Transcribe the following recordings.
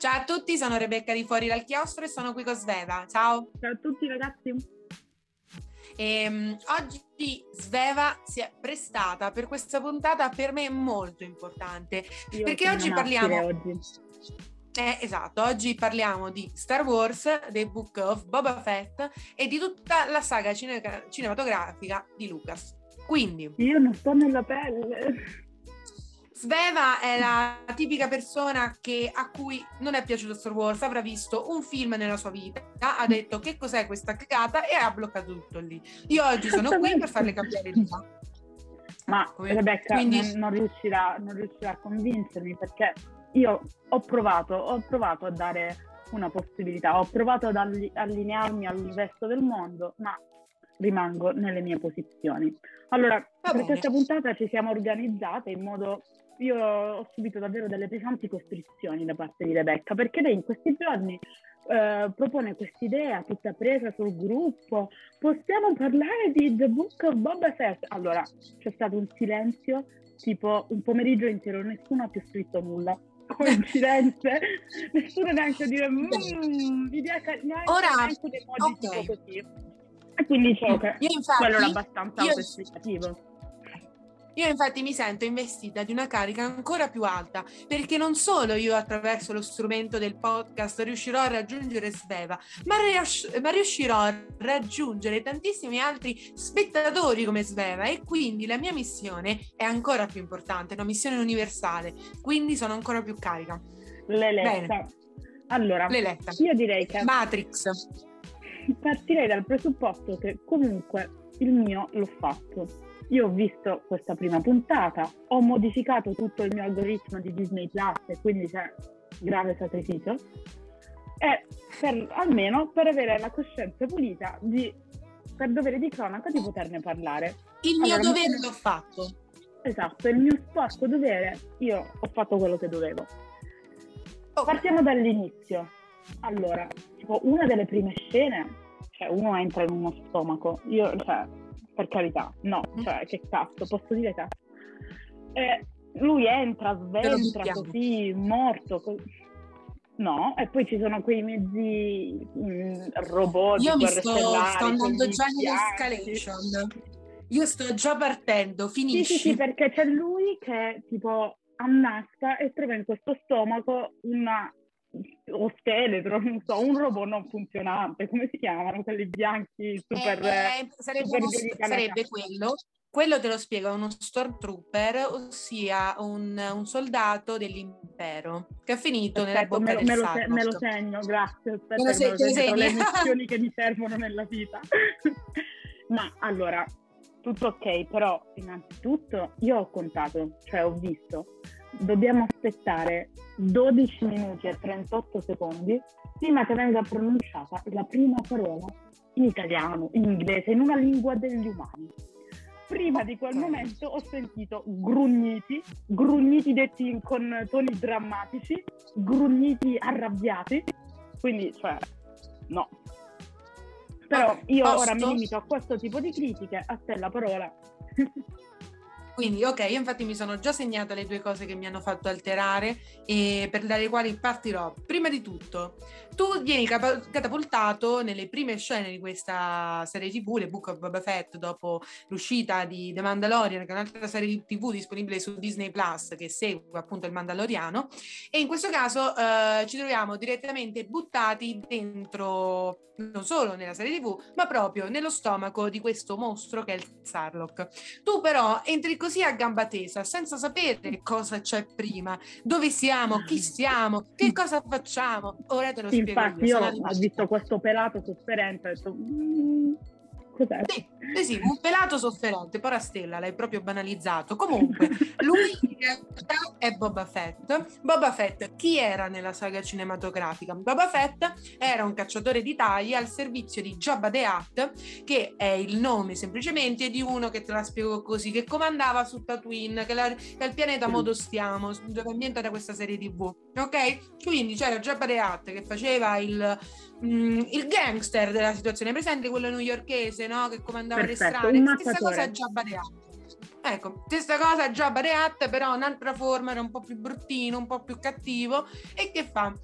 Ciao a tutti, sono Rebecca di Fuori dal Chiostro e sono qui con Sveva. Ciao. Ciao a tutti ragazzi. Oggi Sveva si è prestata per questa puntata per me molto importante. Io perché oggi parliamo... Esatto, oggi parliamo di Star Wars, The Book of Boba Fett e di tutta la saga cinematografica di Lucas. Quindi... Io non sto nella pelle. Sveva è la tipica persona a cui non è piaciuto Star Wars, avrà visto un film nella sua vita, ha detto che cos'è questa cagata e ha bloccato tutto lì. Io oggi sono qui per farle cambiare idea. Ma Rebecca quindi... non riuscirà a convincermi, perché io ho provato a dare una possibilità, ho provato ad allinearmi al resto del mondo, ma rimango nelle mie posizioni. Allora, per questa puntata ci siamo organizzate in modo... Io ho subito davvero delle pesanti costrizioni da parte di Rebecca, perché lei in questi giorni propone quest'idea tutta presa sul gruppo. Possiamo parlare di The Book of Boba Fett? Allora, c'è stato un silenzio, tipo un pomeriggio intero, nessuno ha più scritto nulla. Coincidenze, nessuno neanche a dire neanche dei modi tipo così. E quindi quello era abbastanza autoesplicativo. Io infatti mi sento investita di una carica ancora più alta, perché non solo io attraverso lo strumento del podcast riuscirò a raggiungere Sveva, ma riuscirò a raggiungere tantissimi altri spettatori come Sveva, e quindi la mia missione è ancora più importante, una missione universale, quindi sono ancora più carica. L'eletta. Allora, io direi che Matrix. Partirei dal presupposto che comunque il mio l'ho fatto. Io ho visto questa prima puntata, ho modificato tutto il mio algoritmo di Disney Plus, e quindi c'è grave sacrificio, e almeno per avere la coscienza pulita per dovere di cronaca di poterne parlare. Il mio dovere l'ho fatto. Esatto, il mio sporco dovere, io ho fatto quello che dovevo. Partiamo dall'inizio. Allora, tipo una delle prime scene, cioè uno entra in uno stomaco, per carità, no, che cazzo, posso dire cazzo? Lui entra, sventra così, morto, no, e poi ci sono quei mezzi robot. Io sto andando già nell'escalation. Io sto già partendo, finisci. Sì, perché c'è lui che tipo annasca e trova in questo stomaco o scheletro, non so, un robot non funzionante, come si chiamano quelli bianchi super sarebbe quello te lo spiega uno Stormtrooper, ossia un soldato dell'impero che ha finito nella bocca del Sarlacc. Me lo segno, grazie, tra le nozioni che mi servono nella vita. Ma allora, tutto ok, però innanzitutto io ho contato, cioè ho visto, dobbiamo aspettare 12 minuti e 38 secondi prima che venga pronunciata la prima parola in italiano, in inglese, in una lingua degli umani. Prima di quel momento ho sentito grugniti detti con toni drammatici, grugniti arrabbiati, quindi no. Però io ora mi limito a questo tipo di critiche, a te la parola. Quindi, io infatti mi sono già segnata le due cose che mi hanno fatto alterare e dalle quali partirò. Prima di tutto, tu vieni catapultato nelle prime scene di questa serie TV, The Book of Boba Fett, dopo l'uscita di The Mandalorian, che è un'altra serie TV disponibile su Disney Plus che segue appunto il Mandaloriano, e in questo caso ci troviamo direttamente buttati dentro, non solo nella serie TV, ma proprio nello stomaco di questo mostro che è il Sarlacc. Tu però entri così a gamba tesa, senza sapere cosa c'è prima, dove siamo, chi siamo, che cosa facciamo. Ora te lo spiego. Infatti io ho visto questo pelato sofferente e ho detto cos'è? Sì, un pelato sofferente, però Stella l'hai proprio banalizzato. Comunque, lui in realtà è Boba Fett. Boba Fett, chi era nella saga cinematografica? Boba Fett era un cacciatore di taglie al servizio di Jabba the Hutt, che è il nome semplicemente di uno, che te la spiego così, che comandava su Tatooine, che è il pianeta Modostiamo, dove è ambientata questa serie TV, ok? Quindi c'era Jabba the Hutt che faceva il gangster della situazione, presente quello newyorkese, no? Che comandava le strade. Stessa cosa Jabba the Hutt. Ecco, stessa cosa Jabba the Hutt, però un'altra forma, era un po' più bruttino, un po' più cattivo, e che fa?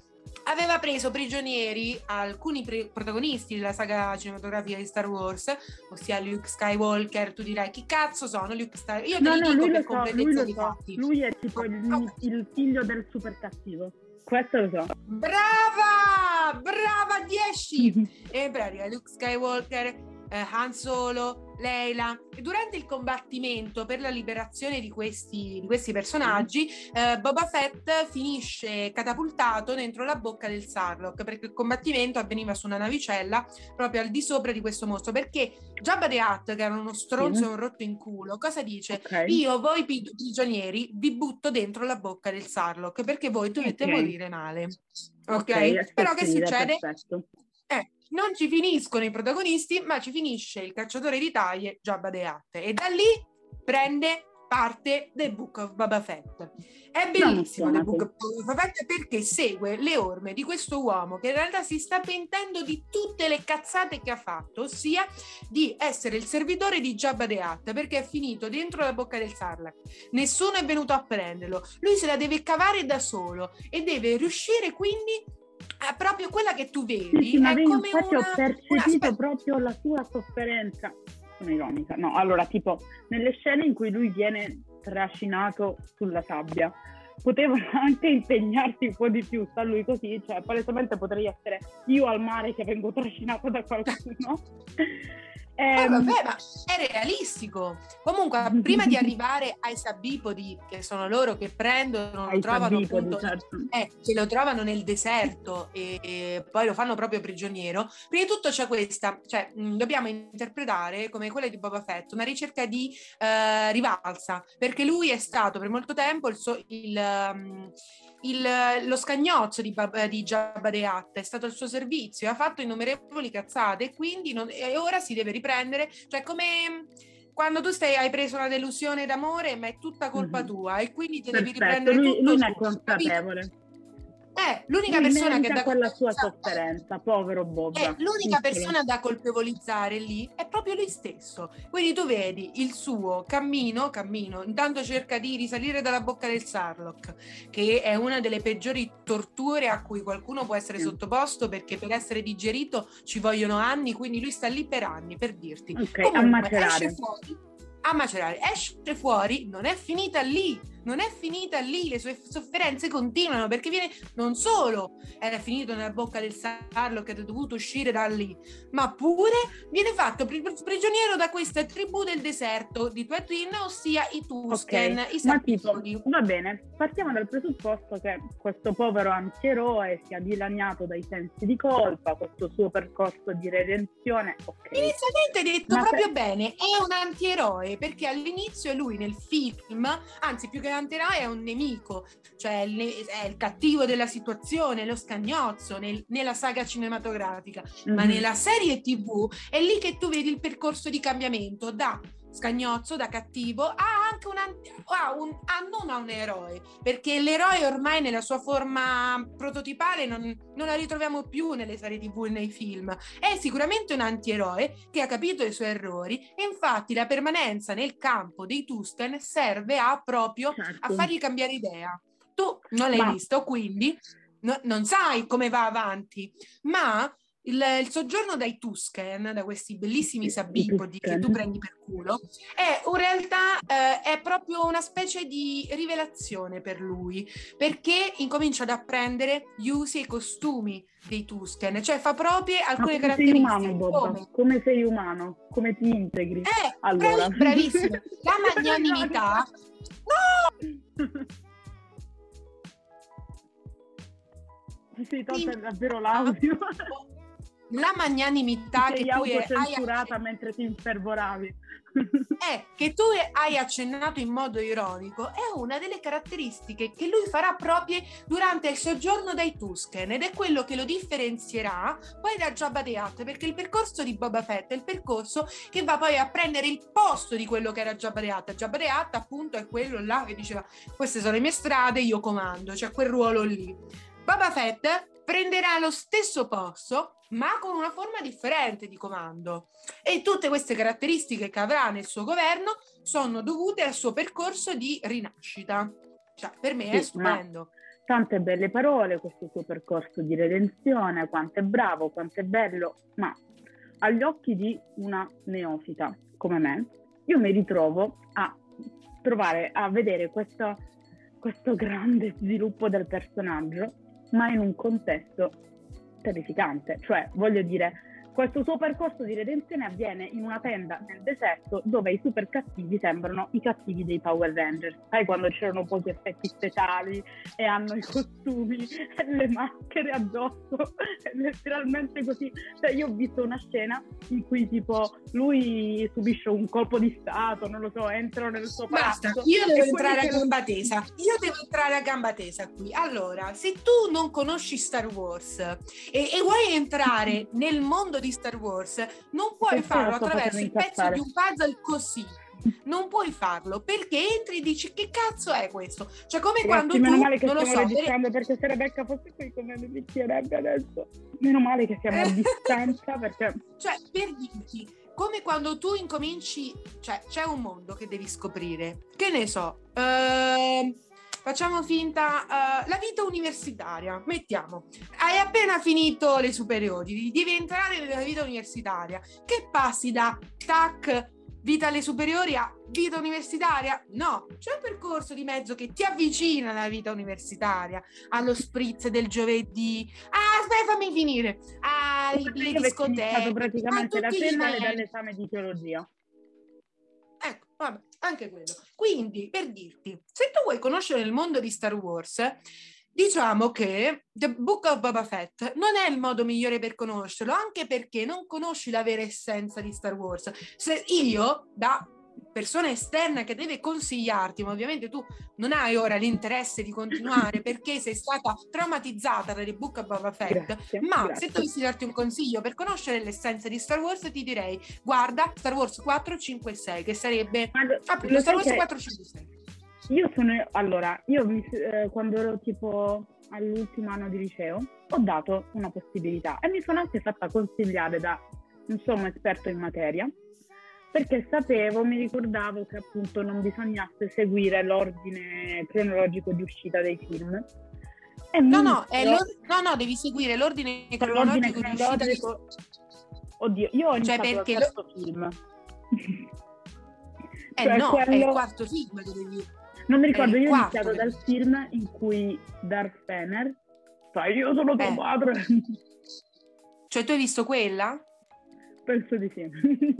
aveva preso prigionieri alcuni protagonisti della saga cinematografica di Star Wars, ossia Luke Skywalker. Tu dirai chi cazzo sono Luke Skywalker? Io te li dico per completezza di fatti. Lui è tipo il figlio del super cattivo. Questo lo so. Brava 10. E in pratica Luke Skywalker, Han Solo, Leila, e durante il combattimento per la liberazione di questi personaggi, Boba Fett finisce catapultato dentro la bocca del Sarlacc, perché il combattimento avveniva su una navicella proprio al di sopra di questo mostro, perché Jabba the Hutt, che era uno stronzo e un rotto in culo, cosa dice? Io, voi prigionieri, vi butto dentro la bocca del Sarlacc perché voi dovete morire male. Ok? Però che succede? Perfetto. Non ci finiscono i protagonisti, ma ci finisce il cacciatore di taglie Jabba the Hutt, e da lì prende parte The Book of Boba Fett. È bellissimo The Book of Boba Fett perché segue le orme di questo uomo che in realtà si sta pentendo di tutte le cazzate che ha fatto, ossia di essere il servitore di Jabba the Hutt, perché è finito dentro la bocca del Sarlacc, nessuno è venuto a prenderlo, lui se la deve cavare da solo e deve riuscire quindi proprio quella che tu vedi. Sì, ma è come ho percepito proprio la sua sofferenza. Sono ironica. No, allora, tipo, nelle scene in cui lui viene trascinato sulla sabbia, potevano anche impegnarsi un po' di più, sta lui così, cioè palesemente potrei essere io al mare che vengo trascinato da qualcuno. Vabbè, ma è realistico. Comunque, prima di arrivare ai Sabipodi, che sono loro che prendono, lo trovano appunto, che lo trovano nel deserto e poi lo fanno proprio prigioniero. Prima di tutto c'è questa, cioè dobbiamo interpretare come quella di Boba Fett una ricerca di rivalsa, perché lui è stato per molto tempo lo scagnozzo di Jabba the Hutt, è stato al suo servizio, ha fatto innumerevoli cazzate e quindi e ora si deve riprendere, cioè come quando tu hai preso una delusione d'amore, ma è tutta colpa tua e quindi ti devi riprendere tutto. Lui ne è consapevole. L'unica persona che dà quella sua sofferenza, povero Boba. L'unica persona da colpevolizzare lì è proprio lui stesso. Quindi tu vedi il suo cammino, intanto cerca di risalire dalla bocca del Sarlacc, che è una delle peggiori torture a cui qualcuno può essere sottoposto, perché per essere digerito ci vogliono anni, quindi lui sta lì per anni, per dirti. Comunque, a macerare, esce fuori, non è finita lì, le sue sofferenze continuano, perché non solo era finito nella bocca del Sarlacc che è dovuto uscire da lì, ma pure viene fatto prigioniero da questa tribù del deserto di Tatooine, ossia i Tusken, i Sapipodi. Va bene, partiamo dal presupposto che questo povero antieroe sia dilaniato dai sensi di colpa, questo suo percorso di redenzione. Inizialmente hai detto bene, è un antieroe, perché all'inizio lui nel film, anzi più che antieroe è un nemico, cioè è il cattivo della situazione, lo scagnozzo nella saga cinematografica, ma nella serie TV è lì che tu vedi il percorso di cambiamento da scagnozzo, da cattivo a anche non a un eroe, perché l'eroe ormai nella sua forma prototipale non la ritroviamo più nelle serie TV e nei film. È sicuramente un antieroe che ha capito i suoi errori e infatti la permanenza nel campo dei Tusken serve a fargli cambiare idea. Tu non l'hai visto, quindi non sai come va avanti, ma il soggiorno dai Tusken, da questi bellissimi Sabipodi che tu prendi per culo, in realtà è proprio una specie di rivelazione per lui, perché incomincia ad apprendere gli usi e i costumi dei Tusken, cioè fa proprie alcune caratteristiche. Come sei umano, come ti integri. Allora. Bravissimo. La magnanimità. No! Ti sei tolta davvero l'audio. La magnanimità che tu hai mentre ti infervoravi. Che tu hai accennato in modo ironico, è una delle caratteristiche che lui farà proprie durante il soggiorno dai Tusken, ed è quello che lo differenzierà poi da Jabba the Hutt, perché il percorso di Boba Fett è il percorso che va poi a prendere il posto di quello che era Jabba the Hutt. Jabba the Hutt appunto è quello là che diceva queste sono le mie strade, io comando, cioè quel ruolo lì. Boba Fett prenderà lo stesso posto, ma con una forma differente di comando, e tutte queste caratteristiche che avrà nel suo governo sono dovute al suo percorso di rinascita. Cioè, per me è stupendo. tante belle parole, questo suo percorso di redenzione, quanto è bravo, quanto è bello, ma agli occhi di una neofita come me, io mi ritrovo a vedere questo grande sviluppo del personaggio, ma in un contesto terrificante. Cioè, voglio dire, questo suo percorso di redenzione avviene in una tenda nel deserto dove i super cattivi sembrano i cattivi dei Power Rangers. Sai, quando c'erano pochi effetti speciali e hanno i costumi e le maschere addosso, è letteralmente così. Cioè, io ho visto una scena in cui tipo lui subisce un colpo di stato, non lo so, entrano nel suo palazzo. Basta, io devo entrare a gamba tesa. Io devo entrare a gamba tesa qui. Allora, se tu non conosci Star Wars e vuoi entrare nel mondo di Star Wars, non puoi farlo attraverso il pezzo di un puzzle così. Non puoi farlo perché entri e dici che cazzo è questo? Cioè, come quando tu meno male che non lo stiamo so, registrando, perché se Rebecca fosse qui come mi picchierebbe adesso. Meno male che siamo a distanza, perché cioè, per dirti, come quando tu incominci, cioè c'è un mondo che devi scoprire, che ne so, facciamo finta, la vita universitaria, mettiamo, hai appena finito le superiori, devi entrare nella vita universitaria, che passi da tac, vita alle superiori a vita universitaria? No, c'è un percorso di mezzo che ti avvicina alla vita universitaria, allo spritz del giovedì, aspetta, fammi finire, le discoteche, praticamente la triennale dall'esame di teologia. Ecco, vabbè, anche quello. Quindi, per dirti, se tu vuoi conoscere il mondo di Star Wars, diciamo che The Book of Boba Fett non è il modo migliore per conoscerlo, anche perché non conosci la vera essenza di Star Wars. Se io, da persona esterna che deve consigliarti, ma ovviamente tu non hai ora l'interesse di continuare perché sei stata traumatizzata da The Book of Boba Fett, grazie. Se dovessi darti un consiglio per conoscere l'essenza di Star Wars, ti direi guarda Star Wars 4, 5 e 6, che sarebbe appunto Star Wars 4, 5 e 6. Io quando ero tipo all'ultimo anno di liceo ho dato una possibilità e mi sono anche fatta consigliare da non sono un esperto in materia, perché mi ricordavo che appunto non bisognasse seguire l'ordine cronologico di uscita dei film. No, devi seguire l'ordine cronologico di uscita dei film. Oddio, io ho iniziato dal terzo film. È il quarto film che devi... Non mi ricordo, io ho iniziato dal film in cui Darth Vader fa io sono tuo padre. Cioè tu hai visto quella? Penso di sì.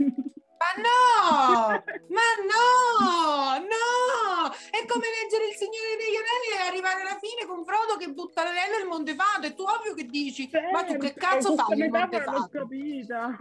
Ma no! È come leggere Il Signore degli Anelli e arrivare alla fine con Frodo che butta l'anello nel Monte Fado e tu ovvio che dici ma tu che cazzo fai nel Monte Fado? L'ho capita.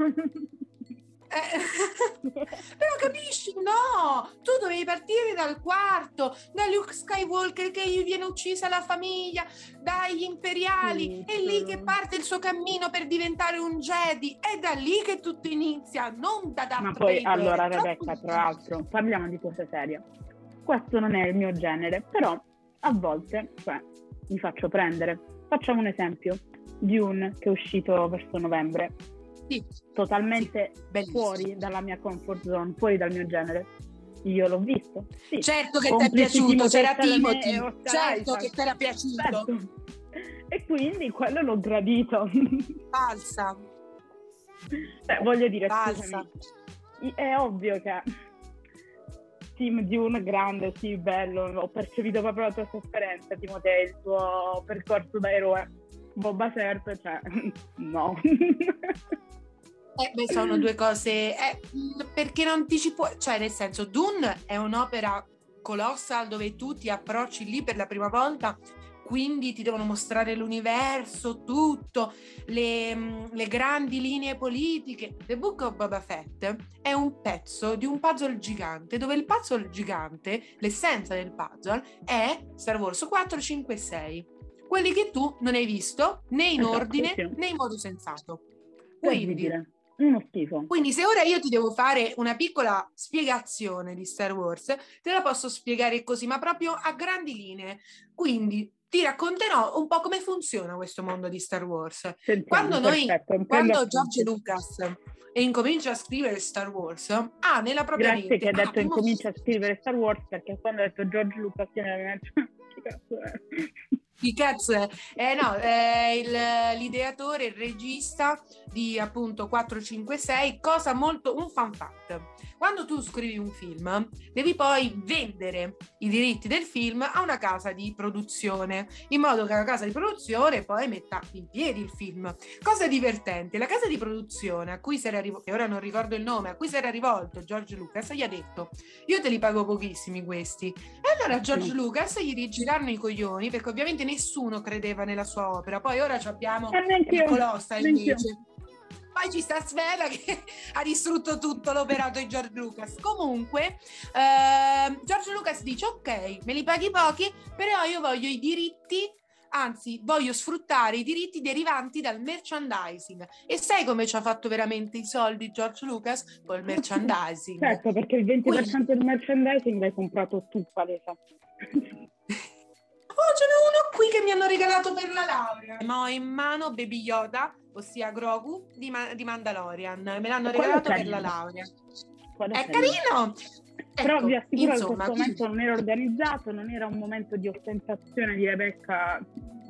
Però capisci, no, tu dovevi partire dal quarto, da Luke Skywalker che gli viene uccisa la famiglia, dagli imperiali, è lì che parte il suo cammino per diventare un Jedi, è da lì che tutto inizia, non da Darth Ma poi Vader. Allora Rebecca, tra l'altro parliamo di cose serie, questo non è il mio genere, però a volte mi faccio prendere. Facciamo un esempio, Dune che è uscito verso novembre. Sì, totalmente fuori dalla mia comfort zone, fuori dal mio genere. Io l'ho visto. Sì. Certo che ti è piaciuto, c'era Timothy. Certo che ti era piaciuto. Certo. E quindi quello l'ho gradito. Falsa. Voglio dire, scusami, è ovvio che Team Dune grande, sì, bello, ho percepito proprio la tua sofferenza, Timothy, il tuo percorso da eroe. Boba Fett, no. Sono due cose, perché non ti ci puoi, cioè nel senso Dune è un'opera colossal dove tu ti approcci lì per la prima volta, quindi ti devono mostrare l'universo, tutto, le grandi linee politiche. The Book of Boba Fett è un pezzo di un puzzle gigante, dove il puzzle gigante, l'essenza del puzzle è Star Wars 4, 5 e 6, quelli che tu non hai visto né in ordine né in modo sensato. Uno schifo. Quindi se ora io ti devo fare una piccola spiegazione di Star Wars, te la posso spiegare così, ma proprio a grandi linee. Quindi ti racconterò un po' come funziona questo mondo di Star Wars. Sentiamo, quando George Lucas incomincia a scrivere Star Wars, nella propria mente... Grazie che ha detto incomincia a scrivere Star Wars, perché quando ha detto George Lucas che cazzo è? è l'ideatore, il regista di appunto 456. Un fun fact: quando tu scrivi un film devi poi vendere i diritti del film a una casa di produzione, in modo che la casa di produzione poi metta in piedi il film. Cosa divertente, la casa di produzione a cui si era che ora non ricordo il nome, a cui si era rivolto George Lucas, gli ha detto: io te li pago pochissimi questi. E allora George Lucas gli rigirarono i coglioni, perché ovviamente nessuno credeva nella sua opera. Poi ora abbiamo il Colossa invece. Poi ci sta Svela che ha distrutto tutto l'operato di George Lucas. Comunque George Lucas dice: ok, me li paghi pochi, però io voglio i diritti, anzi voglio sfruttare i diritti derivanti dal merchandising. E sai come ci ha fatto veramente i soldi George Lucas? Col merchandising. Certo, perché il 20% del merchandising l'hai comprato tu, Palesa. Oh, ce n'è uno qui che mi hanno regalato per la laurea. Ma ho in mano Baby Yoda, ossia Grogu di Mandalorian. Me l'hanno regalato per la laurea. È carino! Però vi assicuro che questo momento non era organizzato, non era un momento di ostentazione di Rebecca.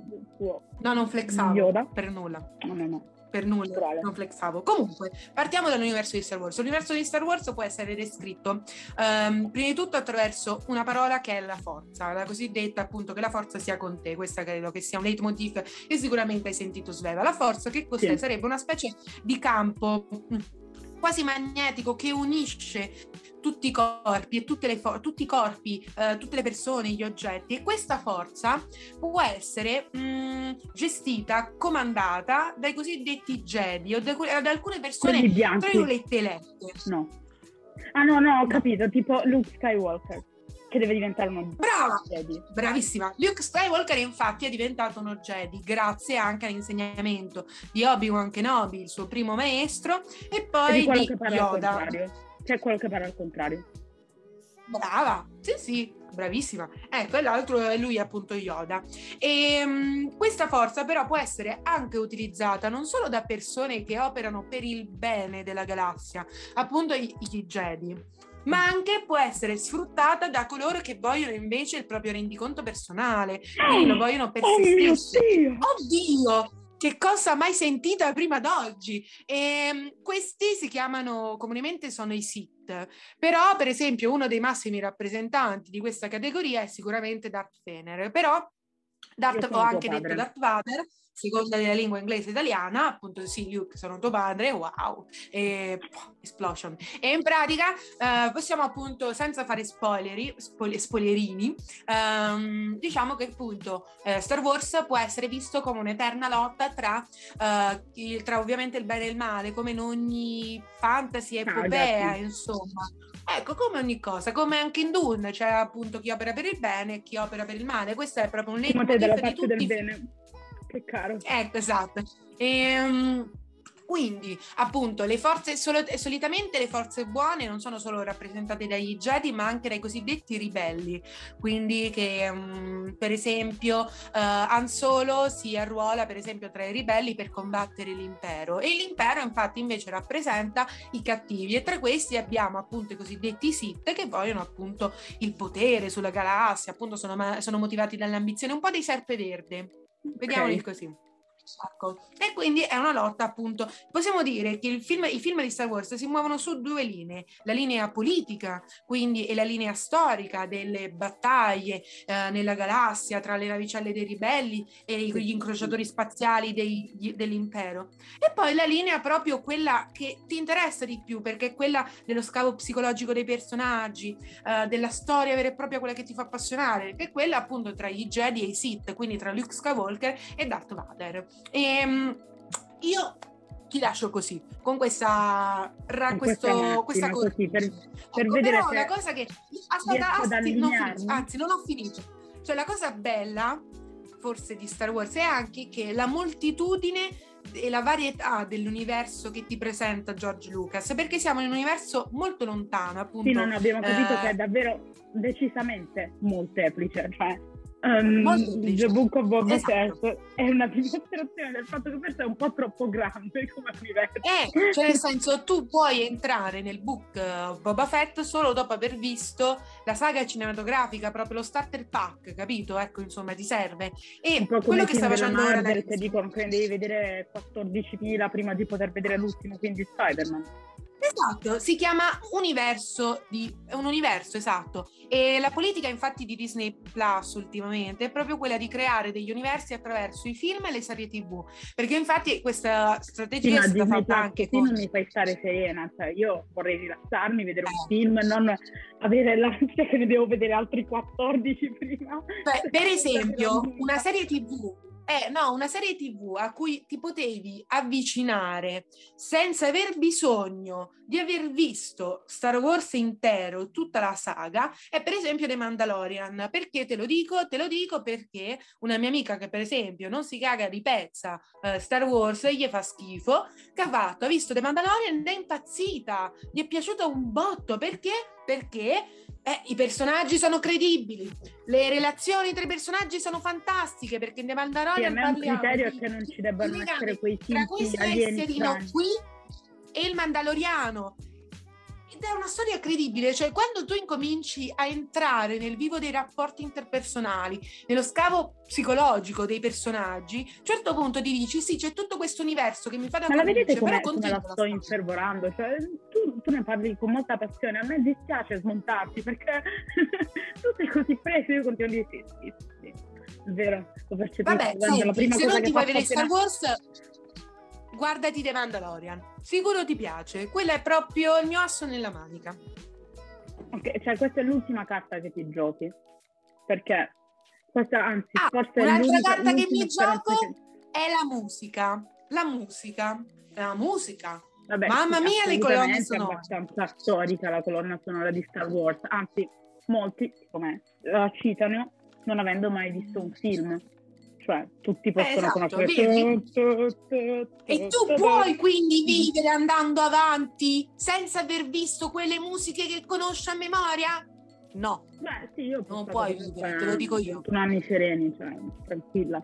No, non flexavo Yoda. Per nulla. No. Per nulla, non flexavo. Comunque, partiamo dall'universo di Star Wars. L'universo di Star Wars può essere descritto prima di tutto attraverso una parola che è la forza, la cosiddetta appunto che la forza sia con te. Questa credo che sia un leitmotiv che sicuramente hai sentito, Sveva. La forza che cos'è? Sì. Sarebbe una specie di campo quasi magnetico che unisce tutti i corpi e tutti i corpi, tutte le persone, gli oggetti, e questa forza può essere gestita, comandata dai cosiddetti Jedi o da alcune persone tra virgolette elette. No. Ah no, ho capito, tipo Luke Skywalker, che deve diventare uno Jedi. Bravissima. Luke Skywalker infatti è diventato uno Jedi grazie anche all'insegnamento di Obi-Wan Kenobi, il suo primo maestro, e poi di Yoda. C'è quello che parla al contrario. Brava, sì, bravissima. Ecco, e l'altro è lui appunto Yoda. E questa forza però può essere anche utilizzata non solo da persone che operano per il bene della galassia, appunto i Jedi, ma anche può essere sfruttata da coloro che vogliono invece il proprio rendiconto personale, quindi lo vogliono per se stessi. Oddio! Che cosa mai sentita prima d'oggi? E questi si chiamano, comunemente sono i Sith, però per esempio uno dei massimi rappresentanti di questa categoria è sicuramente Darth Vader, però ho anche detto Darth Vader, seconda della lingua inglese italiana, appunto sì, Luke, sono tuo padre, wow, explosion. E in pratica possiamo appunto, senza fare spoilerini, diciamo che appunto Star Wars può essere visto come un'eterna lotta tra ovviamente il bene e il male, come in ogni fantasy epopea, insomma. Ecco, come ogni cosa, come anche in Dune, c'è appunto chi opera per il bene e chi opera per il male. Questo è proprio un leitmotiv di tutti. Del bene. Che caro. Ecco, esatto. Quindi, appunto, le forze solitamente le forze buone non sono solo rappresentate dagli Jedi, ma anche dai cosiddetti ribelli. Quindi che, per esempio, Han Solo si arruola, per esempio, tra i ribelli per combattere l'impero. E l'impero, infatti, invece rappresenta i cattivi. E tra questi abbiamo, appunto, i cosiddetti Sith, che vogliono, appunto, il potere sulla galassia. Appunto, sono motivati dall'ambizione, un po' di Serpeverde. Vediamoli così. E quindi è una lotta, appunto. Possiamo dire che i film di Star Wars si muovono su due linee: la linea politica, quindi, e la linea storica delle battaglie nella galassia tra le navicelle dei ribelli e gli incrociatori spaziali dell'impero, e poi la linea proprio quella che ti interessa di più, perché è quella dello scavo psicologico dei personaggi, della storia vera e propria, quella che ti fa appassionare, che è quella appunto tra i Jedi e i Sith, quindi tra Luke Skywalker e Darth Vader. E io ti lascio così con questa corsa per vedere però la cosa che non ho finito, cioè la cosa bella forse di Star Wars è anche che la moltitudine e la varietà dell'universo che ti presenta George Lucas, perché siamo in un universo molto lontano, appunto. Sì, non abbiamo capito che è davvero decisamente molteplice, cioè The Book of Boba esatto. Fett è una dimostrazione del fatto che questo è un po' troppo grande come universo. Cioè nel senso, tu puoi entrare nel Book of Boba Fett solo dopo aver visto la saga cinematografica, proprio lo starter pack, capito? Ecco, insomma, ti serve. E un po' quello che sta facendo ora Marvel, che dicono che devi vedere 14.000 prima di poter vedere l'ultimo film di Spider-Man. Esatto, si chiama è un universo, esatto. E la politica infatti di Disney Plus ultimamente è proprio quella di creare degli universi attraverso i film e le serie TV, perché infatti questa strategia è stata fatta anche con... non mi fai stare serena, cioè io vorrei rilassarmi, vedere un film, non avere l'ansia che ne devo vedere altri 14 prima. Per esempio, una serie TV a cui ti potevi avvicinare senza aver bisogno di aver visto Star Wars intero, tutta la saga, è per esempio The Mandalorian. Perché te lo dico? Te lo dico perché una mia amica che per esempio non si caga di pezza Star Wars, gli fa schifo, che ha fatto? Ha visto The Mandalorian ed è impazzita, gli è piaciuto un botto. Perché? Perché i personaggi sono credibili, le relazioni tra i personaggi sono fantastiche, perché in The Mandalorian parliamo un criterio è che non ci debbano essere quei finti alieni qui e il Mandaloriano, ed è una storia credibile. Cioè quando tu incominci a entrare nel vivo dei rapporti interpersonali, nello scavo psicologico dei personaggi, a un certo punto ti dici sì, c'è tutto questo universo che mi fa da convince. Ma la vedete come la sto infervorando? Cioè, tu ne parli con molta passione, a me dispiace smontarti perché tu sei così preso, io continuo a dire sì, è vero, lo percepisco. Vabbè, senti, la prima se cosa non ti vuoi vedere Star Wars, guardati The Mandalorian, sicuro ti piace, quello è proprio il mio asso nella manica. Ok, cioè questa è l'ultima carta che ti giochi, perché questa, anzi, forse un'altra carta che mi gioco è la musica. Vabbè, mamma mia, le colonne sonore. È abbastanza storica la colonna sonora di Star Wars, anzi molti come la citano non avendo mai visto un film. Cioè, tutti possono conoscere. E tu puoi quindi vivere andando avanti senza aver visto quelle musiche che conosci a memoria? No. Beh, sì, io non puoi vivere, te lo dico io. 21 anni sereni, cioè, tranquilla.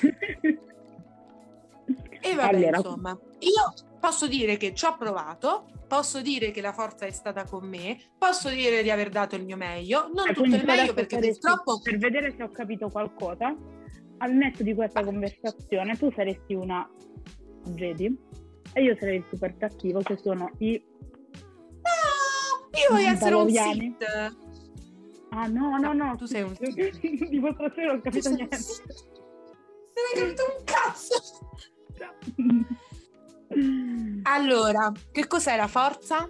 E vabbè, allora, insomma, io posso dire che ci ho provato, posso dire che la forza è stata con me, posso dire di aver dato il mio meglio, non tutto il meglio perché purtroppo... Per vedere se ho capito qualcosa, al netto di questa conversazione tu saresti una Jedi e io sarei il super cattivo che sono i... No, io voglio essere un Sith. Ah no, tu sei un Sith. Di questa sera non ho capito niente. Non hai capito un cazzo. Allora, che cos'è la forza?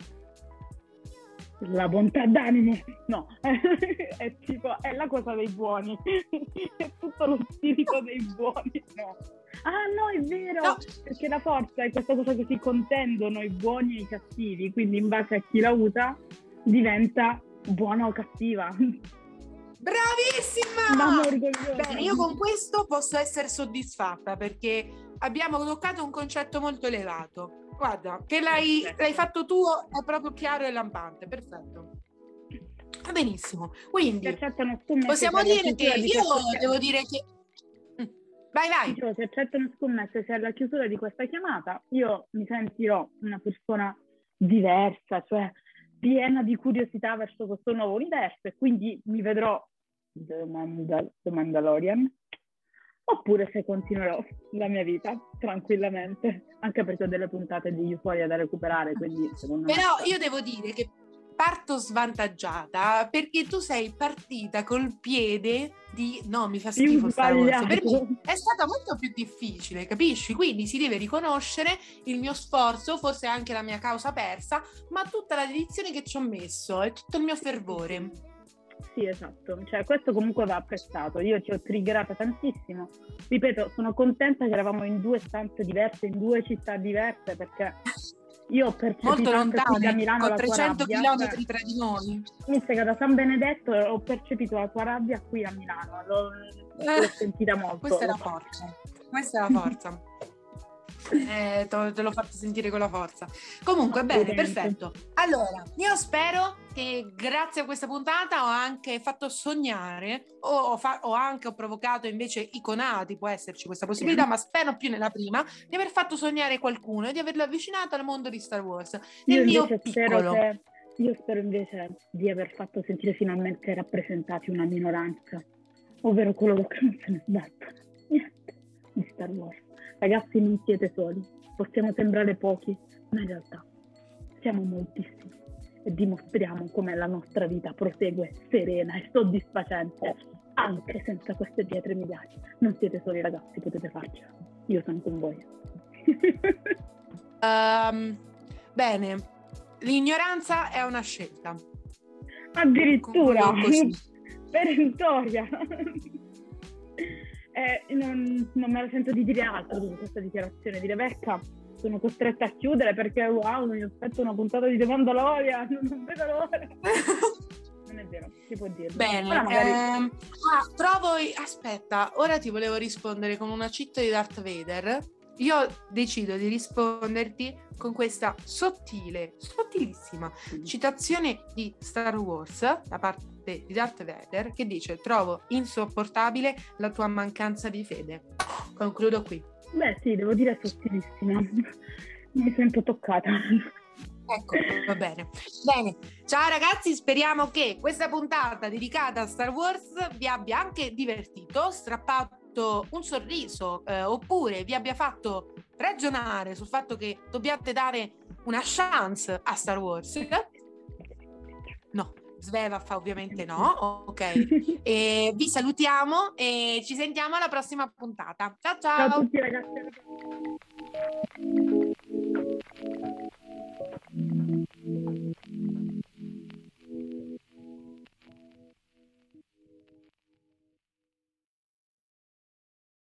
La bontà d'animo, no, è tipo, è la cosa dei buoni, è tutto lo spirito dei buoni, no. Ah no, è vero, no. Perché la forza è questa cosa che si contendono i buoni e i cattivi, quindi in base a chi la usa diventa buona o cattiva. Bravissima! Bene, io con questo posso essere soddisfatta perché abbiamo toccato un concetto molto elevato. Guarda, che l'hai fatto tu, è proprio chiaro e lampante, perfetto. Va benissimo. Quindi possiamo dire che io devo dire che... Vai. Se accettano scommesse se alla chiusura di questa chiamata io mi sentirò una persona diversa, cioè piena di curiosità verso questo nuovo universo e quindi mi vedrò The Mandalorian, oppure se continuerò la mia vita tranquillamente, anche perché ho delle puntate di Euphoria da recuperare, quindi secondo me... Però io devo dire che parto svantaggiata perché tu sei partita col piede di no, mi fa schifo Star Wars. Per me è stata molto più difficile, capisci? Quindi si deve riconoscere il mio sforzo, forse anche la mia causa persa, ma tutta la dedizione che ci ho messo e tutto il mio fervore. Sì, esatto, cioè questo comunque va apprezzato, io ci ho triggerata tantissimo, ripeto, sono contenta che eravamo in 2 stanze diverse, in 2 città diverse, perché io ho percepito molto lontane, da Milano con la 300 rabbia, chilometri tra di noi. Mi spiega, da San Benedetto ho percepito la tua rabbia qui a Milano, l'ho sentita molto. Questa è la forza. Te l'ho fatto sentire con la forza. Comunque, bene, perfetto. Allora, io spero che grazie a questa puntata ho anche fatto sognare, ho provocato invece i conati, può esserci questa possibilità, ma spero più nella prima, di aver fatto sognare qualcuno e di averlo avvicinato al mondo di Star Wars. Nel mio piccolo. Io spero invece di aver fatto sentire finalmente rappresentati una minoranza, ovvero coloro che non se ne sbattono niente di Star Wars. Ragazzi, non siete soli, possiamo sembrare pochi, ma in realtà siamo moltissimi e dimostriamo come la nostra vita prosegue serena e soddisfacente anche senza queste pietre miliari. Non siete soli, ragazzi, potete farcela. Io sono con voi. Bene, l'ignoranza è una scelta. Addirittura perentoria. Non me la sento di dire altro di questa dichiarazione di Rebecca. Sono costretta a chiudere perché wow, mi aspetto una puntata di The Mandalorian, non vedo l'ora. Non è vero, si può dire. Bene, magari... aspetta, ora ti volevo rispondere con una cheat di Darth Vader. Io decido di risponderti con questa sottilissima citazione di Star Wars da parte di Darth Vader, che dice: trovo insopportabile la tua mancanza di fede. Concludo qui. Beh sì, devo dire sottilissima. Mi sento toccata. Ecco, va bene. Bene, ciao ragazzi, speriamo che questa puntata dedicata a Star Wars vi abbia anche divertito, strappato un sorriso, oppure vi abbia fatto ragionare sul fatto che dobbiate dare una chance a Star Wars. No, Sveva fa ovviamente no, ok. E vi salutiamo e ci sentiamo alla prossima puntata. Ciao ciao! Ciao a tutti ragazzi.